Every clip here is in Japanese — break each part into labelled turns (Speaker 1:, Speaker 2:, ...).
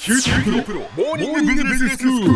Speaker 1: 九州大学モーニングビジネススクール。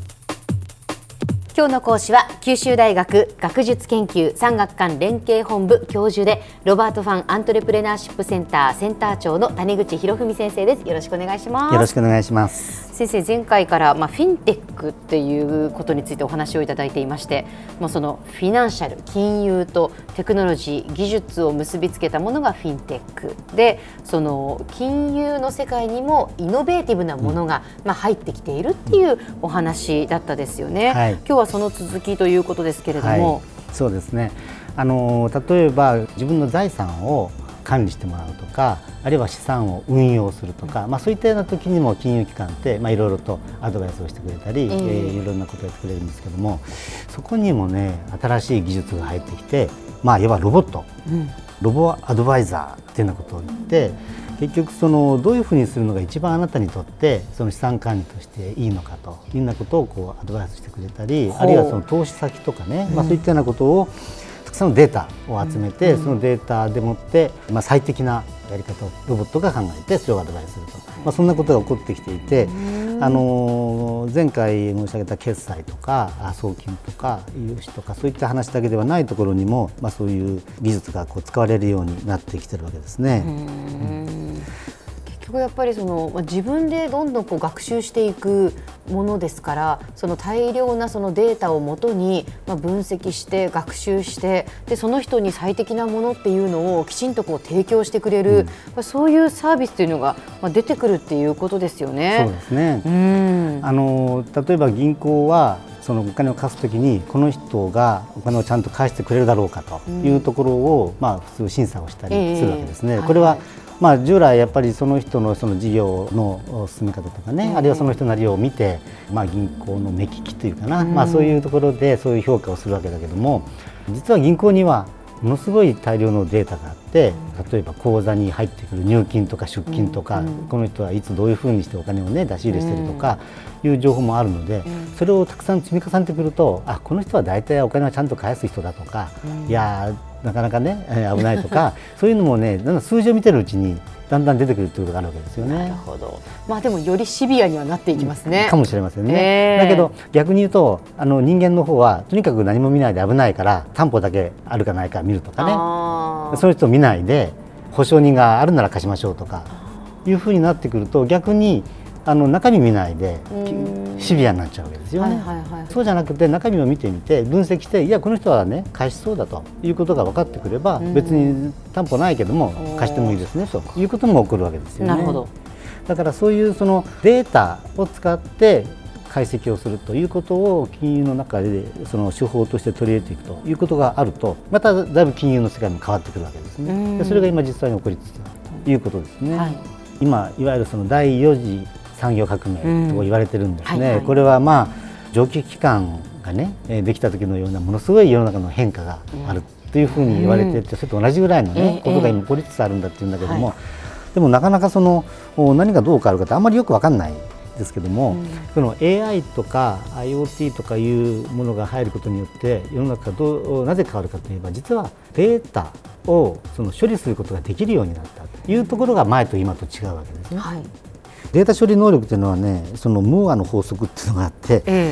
Speaker 2: 今日の講師は九州大学学術研究産学官連携本部教授でロバート・ファン・アントレプレナーシップセンターセンター長の谷口博文先生です。よろしくお願いします。
Speaker 3: よろしくお願いします。
Speaker 2: 先生、前回からフィンテックっていうことについてお話をいただいていまして、そのフィナンシャル、金融とテクノロジー、技術を結びつけたものがフィンテックで、その金融の世界にもイノベーティブなものが入ってきているっていうお話だったですよね。はい、今日はその続きということですけれども、
Speaker 3: はい、そうですね。例えば自分の財産を管理してもらうとか、あるいは資産を運用するとか、そういったような時にも金融機関っていろいろとアドバイスをしてくれたり、いろんなことをやってくれるんですけども、そこにもね新しい技術が入ってきて、いわばロボット、ロボアドバイザーっていうようなことを言って、結局どういうふうにするのが一番あなたにとってその資産管理としていいのかというようなことをアドバイスしてくれたり、あるいはその投資先とかね、そういったようなことをたくさんのデータを集めて、そのデータでもって、最適なやり方をロボットが考えてそれをアドバイスすると、そんなことが起こってきていて、前回申し上げた決済とか送金とか融資とかそういった話だけではないところにも、そういう技術が使われるようになってきてるわけですね。
Speaker 2: 結局やっぱり自分でどんどん学習していくものですから、その大量なそのデータをもとに分析して学習して、でその人に最適なものっていうのをきちんと提供してくれる、そういうサービスというのが出てくるっていうことですよね。
Speaker 3: そうですね。例えば銀行はそのお金を貸すときにこの人がお金をちゃんと返してくれるだろうかというところを、普通審査をしたりするわけですね。これは従来やっぱりその人のその事業の進め方とかね、あるいはその人なりを見て、銀行の目利きというかな、そういうところでそういう評価をするわけだけども、実は銀行にはものすごい大量のデータがあって、例えば口座に入ってくる入金とか出金とか、この人はいつどういうふうにしてお金をね出し入れしてるとかいう情報もあるので、それをたくさん積み重ねてくると、この人は大体お金をちゃんと返す人だとか、いやなかなかね危ないとかそういうのもね、だんだん数字を見てるうちにだんだん出てくるということがあるわけですよね。
Speaker 2: なるほど。でもよりシビアにはなっていきますね。
Speaker 3: かもしれませんね。だけど逆に言うと人間の方はとにかく何も見ないで危ないから担保だけあるかないか見るとかね、そういう人を見ないで保証人があるなら貸しましょうとかいうふうになってくると、逆に中身見ないでシビアになっちゃうわけですよね。そうじゃなくて中身を見てみて分析して、いやこの人はね返しそうだということが分かってくれば、別に担保ないけども貸してもいいですねということも起こるわけですよね。
Speaker 2: なるほど。
Speaker 3: だからそういうそのデータを使って解析をするということを金融の中でその手法として取り入れていくということがあると、まただいぶ金融の世界も変わってくるわけですね。でそれが今実際に起こりつつあるということですね。今いわゆるその第4次産業革命と言われてるんですね。これは蒸気機関がねできた時のようなものすごい世の中の変化があるというふうに言われていて、それと同じぐらいのねことが今起こりつつあるんだっていうんだけども、でもなかなか何がどう変わるかってあんまりよく分かんないですけども、その AI とか IoT とかいうものが入ることによって世の中がなぜ変わるかといえば、実はデータを処理することができるようになったというところが前と今と違うわけですね。データ処理能力というのはね、そのムーアの法則っていうのがあって、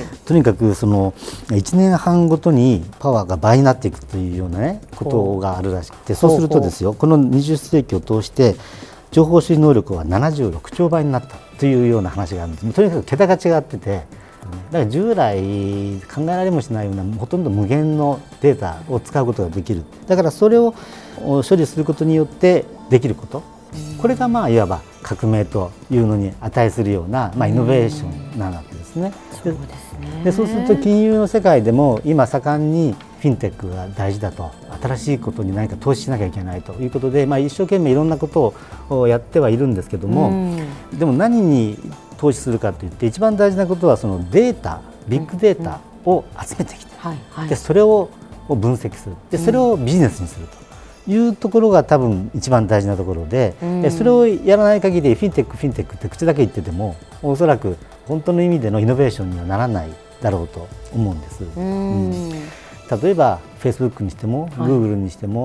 Speaker 3: とにかく1年半ごとにパワーが倍になっていくというようなねことがあるらしくて、そうするとですよ、この20世紀を通して情報処理能力は76兆倍になったというような話があるんです。とにかく桁が違ってて、だから従来考えられもしないようなほとんど無限のデータを使うことができる。だからそれを処理することによってできること、これがいわば革命というのに値するようなイノベーションなわけですね。そうすると金融の世界でも今盛んにフィンテックが大事だと、新しいことに何か投資しなきゃいけないということで、一生懸命いろんなことをやってはいるんですけども、でも何に投資するかといって一番大事なことはそのデータ、ビッグデータを集めてきて、でそれを分析する、でそれをビジネスにするというところが多分一番大事なところで、それをやらない限りフィンテックって口だけ言っててもおそらく本当の意味でのイノベーションにはならないだろうと思うんです。例えば Facebook にしても Google にしても、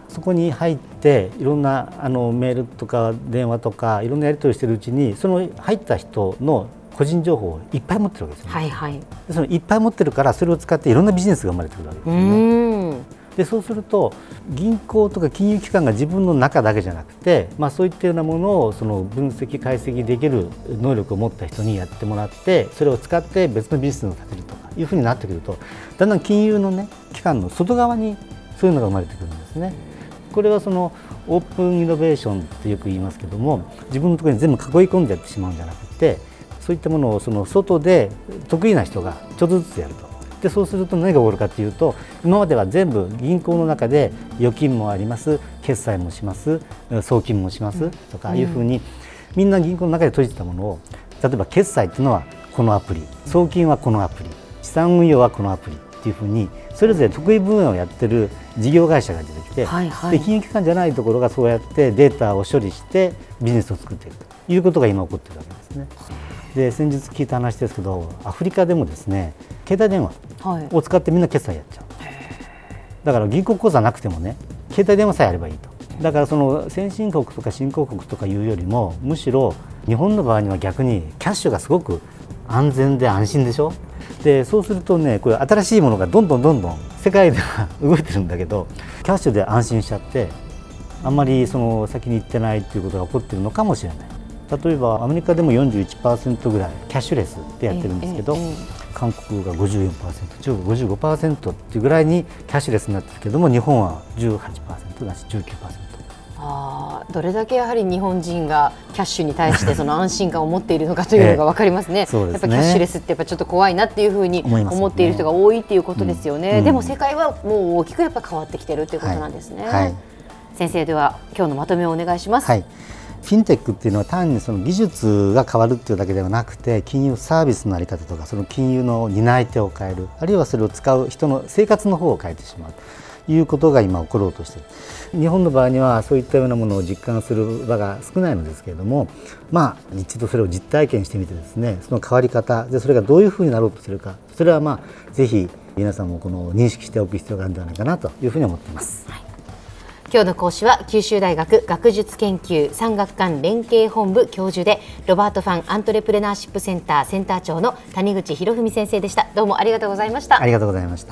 Speaker 3: そこに入っていろんなメールとか電話とかいろんなやり取りしてるうちに、その入った人の個人情報をいっぱい持ってるわけですよね。
Speaker 2: はいはい、
Speaker 3: そのいっぱい持ってるから、それを使っていろんなビジネスが生まれてくるわけですよね。でそうすると銀行とか金融機関が自分の中だけじゃなくて、そういったようなものをその分析解析できる能力を持った人にやってもらって、それを使って別のビジネスを立てるとかいうふうになってくると、だんだん金融の、機関の外側にそういうのが生まれてくるんですね。これはそのオープンイノベーションってよく言いますけども、自分のところに全部囲い込んでやってしまうんじゃなくて、そういったものをその外で得意な人がちょっとずつやると。でそうすると何が起こるかというと、今までは全部銀行の中で預金もあります、決済もします、送金もしますとかいうふうに、みんな銀行の中で閉じてたものを、例えば決済っていうのはこのアプリ、送金はこのアプリ、資産運用はこのアプリっていうふうに、それぞれ得意分野をやってる事業会社が出てきて、で金融機関じゃないところがそうやってデータを処理してビジネスを作っているということが今起こっているわけですね。で先日聞いた話ですけど、アフリカでもですね、携帯電話を使ってみんな決済やっちゃう。だから銀行口座なくてもね、携帯電話さえあればいいと。だからその先進国とか新興国とかいうよりも、むしろ日本の場合には逆にキャッシュがすごく安全で安心でしょ。でそうするとね、これ新しいものがどんどん世界では動いてるんだけど、キャッシュで安心しちゃって、あんまりその先に行ってないということが起こっているのかもしれない。例えばアメリカでも 41% ぐらいキャッシュレスでやってるんですけど、韓国が 54%、中国 55% っていうぐらいにキャッシュレスになってるけども、日本は 18% だし 19%。
Speaker 2: どれだけやはり日本人がキャッシュに対してその安心感を持っているのかというのが分かりますね。
Speaker 3: そうですね。
Speaker 2: やっぱキャッシュレスってやっぱちょっと怖いなっていうふうに思っている人が多いっていうことですよね。でも世界はもう大きくやっぱ変わってきてるっていうことなんですね。先生、では今日のまとめをお願いします。
Speaker 3: フィンテックっていうのは単にその技術が変わるっていうだけではなくて、金融サービスの在り方とか、その金融の担い手を変える、あるいはそれを使う人の生活の方を変えてしまうということが今起ころうとしている。日本の場合にはそういったようなものを実感する場が少ないのですけれども、一度それを実体験してみてですね、その変わり方でそれがどういうふうになろうとするか、それはぜひ皆さんもこの認識しておく必要があるんではないかなというふうに思っています。
Speaker 2: 今日の講師は九州大学学術研究産学官連携本部教授で、ロバート・ファン・アントレプレナーシップセンターセンター長の谷口博文先生でした。どうもありがとうございました。
Speaker 3: ありがとうございました。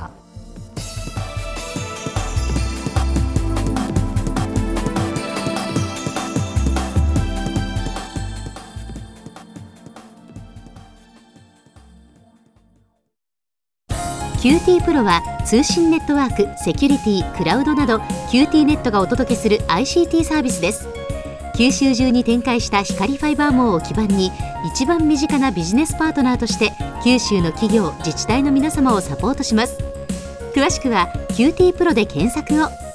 Speaker 4: QT プロは通信ネットワーク、セキュリティ、クラウドなど QT ネットがお届けする ICT サービスです。九州中に展開した光ファイバー網を基盤に、一番身近なビジネスパートナーとして九州の企業・自治体の皆様をサポートします。詳しくは QT プロで検索を。